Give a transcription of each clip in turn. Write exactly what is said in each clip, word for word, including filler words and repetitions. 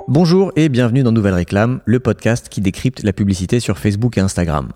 Bonjour et bienvenue dans Nouvelle Réclame, le podcast qui décrypte la publicité sur Facebook et Instagram.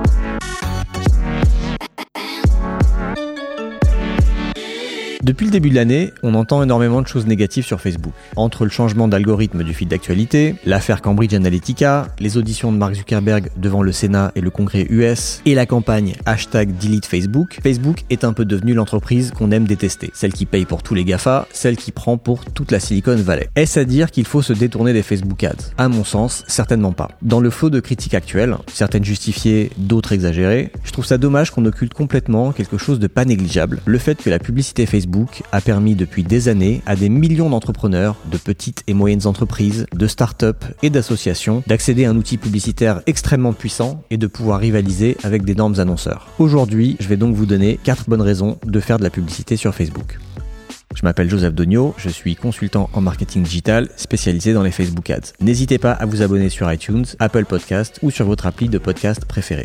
Depuis le début de l'année, on entend énormément de choses négatives sur Facebook. Entre le changement d'algorithme du feed d'actualité, l'affaire Cambridge Analytica, les auditions de Mark Zuckerberg devant le Sénat et le Congrès U S, et la campagne hashtag Delete Facebook, Facebook est un peu devenue l'entreprise qu'on aime détester. Celle qui paye pour tous les GAFA, celle qui prend pour toute la Silicon Valley. Est-ce à dire qu'il faut se détourner des Facebook Ads ? À mon sens, certainement pas. Dans le flot de critiques actuelles, certaines justifiées, d'autres exagérées, je trouve ça dommage qu'on occulte complètement quelque chose de pas négligeable, le fait que la publicité Facebook a permis depuis des années à des millions d'entrepreneurs, de petites et moyennes entreprises, de start-up et d'associations d'accéder à un outil publicitaire extrêmement puissant et de pouvoir rivaliser avec d'énormes annonceurs. Aujourd'hui, je vais donc vous donner quatre bonnes raisons de faire de la publicité sur Facebook. Je m'appelle Joseph Dogno, je suis consultant en marketing digital spécialisé dans les Facebook Ads. N'hésitez pas à vous abonner sur iTunes, Apple Podcast ou sur votre appli de podcast préférée.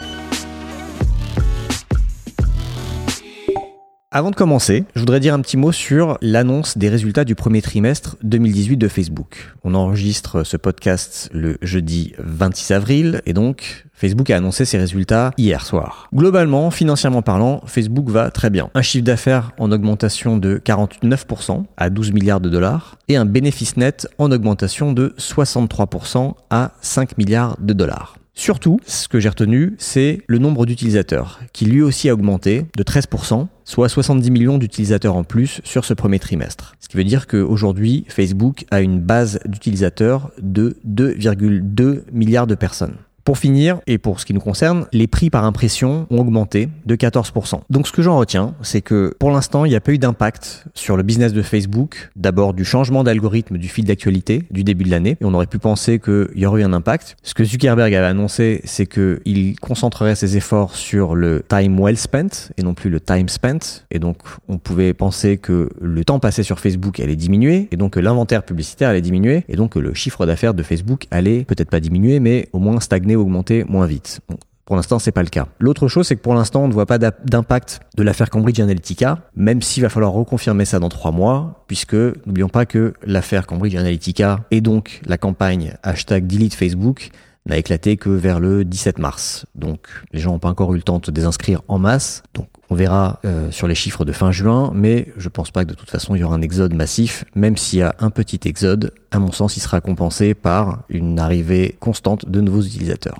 Avant de commencer, je voudrais dire un petit mot sur l'annonce des résultats du premier trimestre deux mille dix-huit de Facebook. On enregistre ce podcast le jeudi vingt-six avril et donc Facebook a annoncé ses résultats hier soir. Globalement, financièrement parlant, Facebook va très bien. Un chiffre d'affaires en augmentation de quarante-neuf pour cent à douze milliards de dollars et un bénéfice net en augmentation de soixante-trois pour cent à cinq milliards de dollars. Surtout, ce que j'ai retenu, c'est le nombre d'utilisateurs, qui lui aussi a augmenté de treize pour cent, soit soixante-dix millions d'utilisateurs en plus sur ce premier trimestre. Ce qui veut dire qu'aujourd'hui, Facebook a une base d'utilisateurs de deux virgule deux milliards de personnes. Pour finir, et pour ce qui nous concerne, les prix par impression ont augmenté de quatorze pour cent. Donc ce que j'en retiens, c'est que pour l'instant, il n'y a pas eu d'impact sur le business de Facebook, d'abord du changement d'algorithme du fil d'actualité du début de l'année, et on aurait pu penser qu'il y aurait eu un impact. Ce que Zuckerberg avait annoncé, c'est qu'il concentrerait ses efforts sur le time well spent et non plus le time spent, et donc on pouvait penser que le temps passé sur Facebook allait diminuer, et donc que l'inventaire publicitaire allait diminuer, et donc que le chiffre d'affaires de Facebook allait peut-être pas diminuer, mais au moins stagner, augmenter moins vite. Bon, pour l'instant, c'est pas le cas. L'autre chose, c'est que pour l'instant, on ne voit pas d'impact de l'affaire Cambridge Analytica, même s'il va falloir reconfirmer ça dans trois mois, puisque n'oublions pas que l'affaire Cambridge Analytica et donc la campagne hashtag Delete Facebook n'a éclaté que vers le dix-sept mars. Donc, les gens n'ont pas encore eu le temps de se désinscrire en masse. Donc, on verra euh, sur les chiffres de fin juin, mais je pense pas que de toute façon il y aura un exode massif, même s'il y a un petit exode, à mon sens il sera compensé par une arrivée constante de nouveaux utilisateurs.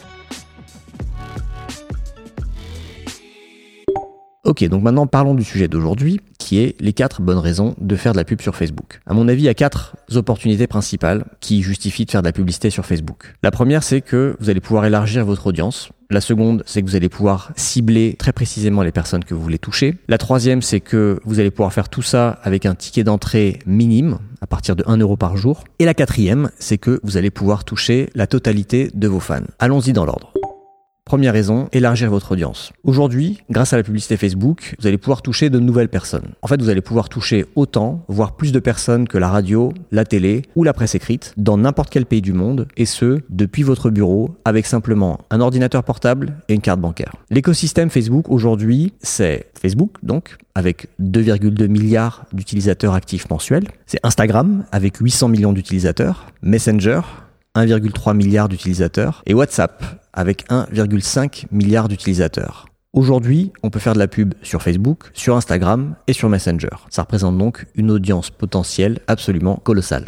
Ok, donc maintenant parlons du sujet d'aujourd'hui, qui est les quatre bonnes raisons de faire de la pub sur Facebook. À mon avis, il y a quatre opportunités principales qui justifient de faire de la publicité sur Facebook. La première, c'est que vous allez pouvoir élargir votre audience. La seconde, c'est que vous allez pouvoir cibler très précisément les personnes que vous voulez toucher. La troisième, c'est que vous allez pouvoir faire tout ça avec un ticket d'entrée minime, à partir de un euro par jour. Et la quatrième, c'est que vous allez pouvoir toucher la totalité de vos fans. Allons-y dans l'ordre. Première raison, élargir votre audience. Aujourd'hui, grâce à la publicité Facebook, vous allez pouvoir toucher de nouvelles personnes. En fait, vous allez pouvoir toucher autant, voire plus de personnes que la radio, la télé ou la presse écrite dans n'importe quel pays du monde, et ce, depuis votre bureau, avec simplement un ordinateur portable et une carte bancaire. L'écosystème Facebook aujourd'hui, c'est Facebook, donc, avec deux virgule deux milliards d'utilisateurs actifs mensuels. C'est Instagram, avec huit cents millions d'utilisateurs. Messenger, un virgule trois milliard d'utilisateurs. Et WhatsApp, avec un virgule cinq milliard d'utilisateurs. Aujourd'hui, on peut faire de la pub sur Facebook, sur Instagram et sur Messenger. Ça représente donc une audience potentielle absolument colossale.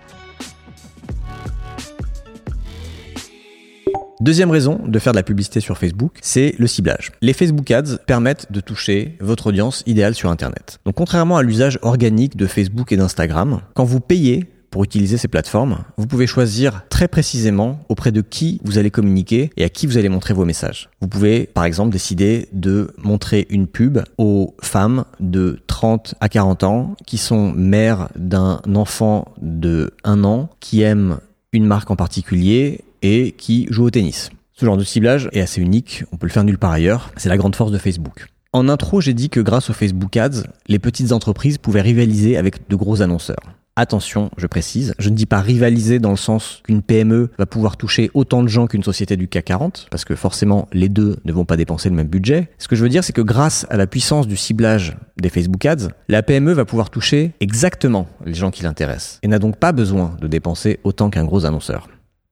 Deuxième raison de faire de la publicité sur Facebook, c'est le ciblage. Les Facebook Ads permettent de toucher votre audience idéale sur Internet. Donc contrairement à l'usage organique de Facebook et d'Instagram, quand vous payez pour utiliser ces plateformes, vous pouvez choisir très précisément auprès de qui vous allez communiquer et à qui vous allez montrer vos messages. Vous pouvez, par exemple, décider de montrer une pub aux femmes de trente à quarante ans qui sont mères d'un enfant de un an qui aiment une marque en particulier et qui jouent au tennis. Ce genre de ciblage est assez unique, on peut le faire nulle part ailleurs, c'est la grande force de Facebook. En intro, j'ai dit que grâce aux Facebook Ads, les petites entreprises pouvaient rivaliser avec de gros annonceurs. Attention, je précise, je ne dis pas rivaliser dans le sens qu'une P M E va pouvoir toucher autant de gens qu'une société du C A C quarante, parce que forcément les deux ne vont pas dépenser le même budget. Ce que je veux dire, c'est que grâce à la puissance du ciblage des Facebook Ads, la P M E va pouvoir toucher exactement les gens qui l'intéressent et n'a donc pas besoin de dépenser autant qu'un gros annonceur.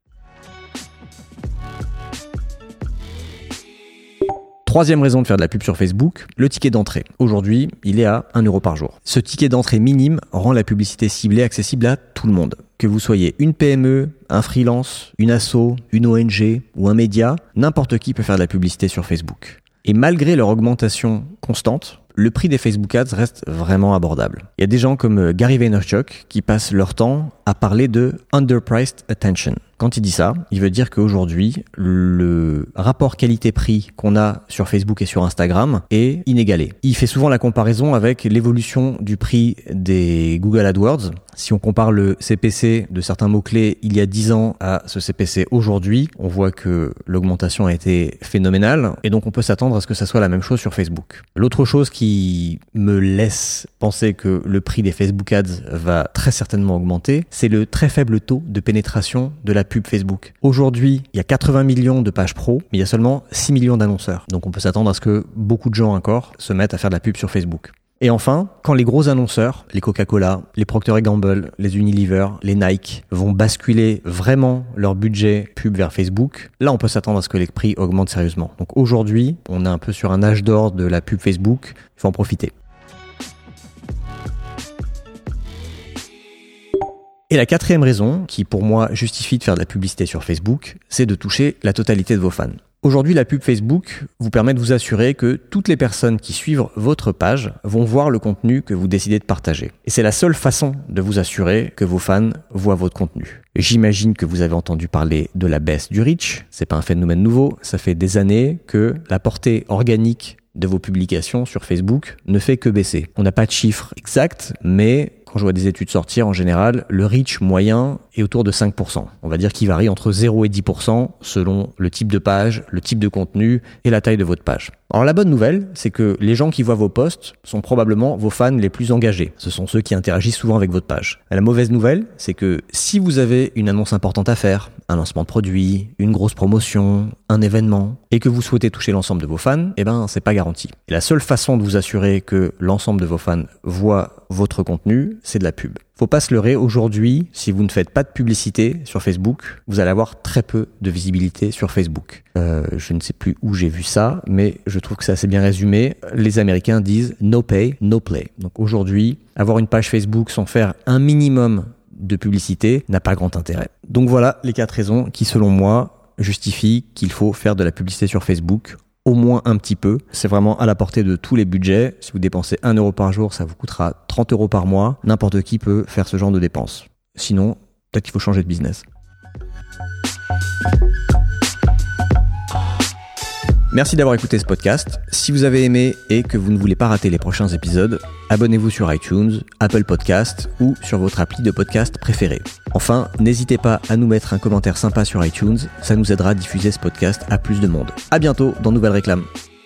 Troisième raison de faire de la pub sur Facebook, le ticket d'entrée. Aujourd'hui, il est à un euro par jour. Ce ticket d'entrée minime rend la publicité ciblée accessible à tout le monde. Que vous soyez une P M E, un freelance, une asso, une O N G ou un média, n'importe qui peut faire de la publicité sur Facebook. Et malgré leur augmentation constante, le prix des Facebook Ads reste vraiment abordable. Il y a des gens comme Gary Vaynerchuk qui passent leur temps à parler de underpriced attention. Quand il dit ça, il veut dire qu'aujourd'hui, le rapport qualité-prix qu'on a sur Facebook et sur Instagram est inégalé. Il fait souvent la comparaison avec l'évolution du prix des Google AdWords. Si on compare le C P C de certains mots-clés il y a dix ans à ce C P C aujourd'hui, on voit que l'augmentation a été phénoménale et donc on peut s'attendre à ce que ça soit la même chose sur Facebook. L'autre chose qui me laisse penser que le prix des Facebook Ads va très certainement augmenter, c'est le très faible taux de pénétration de la pub Facebook. Aujourd'hui, il y a quatre-vingts millions de pages pro, mais il y a seulement six millions d'annonceurs. Donc on peut s'attendre à ce que beaucoup de gens encore se mettent à faire de la pub sur Facebook. Et enfin, quand les gros annonceurs, les Coca-Cola, les Procter and Gamble, les Unilever, les Nike, vont basculer vraiment leur budget pub vers Facebook, là on peut s'attendre à ce que les prix augmentent sérieusement. Donc aujourd'hui, on est un peu sur un âge d'or de la pub Facebook, il faut en profiter. Et la quatrième raison, qui pour moi justifie de faire de la publicité sur Facebook, c'est de toucher la totalité de vos fans. Aujourd'hui, la pub Facebook vous permet de vous assurer que toutes les personnes qui suivent votre page vont voir le contenu que vous décidez de partager. Et c'est la seule façon de vous assurer que vos fans voient votre contenu. J'imagine que vous avez entendu parler de la baisse du reach. C'est pas un phénomène nouveau. Ça fait des années que la portée organique de vos publications sur Facebook ne fait que baisser. On n'a pas de chiffres exacts, mais quand je vois des études sortir, en général, le reach moyen est autour de cinq pour cent. On va dire qu'il varie entre zéro et dix pour cent selon le type de page, le type de contenu et la taille de votre page. Alors la bonne nouvelle, c'est que les gens qui voient vos posts sont probablement vos fans les plus engagés. Ce sont ceux qui interagissent souvent avec votre page. La mauvaise nouvelle, c'est que si vous avez une annonce importante à faire, un lancement de produit, une grosse promotion, un événement, et que vous souhaitez toucher l'ensemble de vos fans, eh ben c'est pas garanti. Et la seule façon de vous assurer que l'ensemble de vos fans voient votre contenu, c'est de la pub. Faut pas se leurrer, aujourd'hui, si vous ne faites pas de publicité sur Facebook, vous allez avoir très peu de visibilité sur Facebook. Euh, je ne sais plus où j'ai vu ça, mais je trouve que c'est assez bien résumé. Les Américains disent « no pay, no play ». Donc aujourd'hui, avoir une page Facebook sans faire un minimum de publicité n'a pas grand intérêt. Donc voilà les quatre raisons qui, selon moi, justifient qu'il faut faire de la publicité sur Facebook, au moins un petit peu. C'est vraiment à la portée de tous les budgets. Si vous dépensez un euro par jour, ça vous coûtera trente euros par mois. N'importe qui peut faire ce genre de dépenses. Sinon, peut-être qu'il faut changer de business. Merci d'avoir écouté ce podcast. Si vous avez aimé et que vous ne voulez pas rater les prochains épisodes, abonnez-vous sur iTunes, Apple Podcasts ou sur votre appli de podcast préférée. Enfin, n'hésitez pas à nous mettre un commentaire sympa sur iTunes, ça nous aidera à diffuser ce podcast à plus de monde. À bientôt dans Nouvelle Réclame.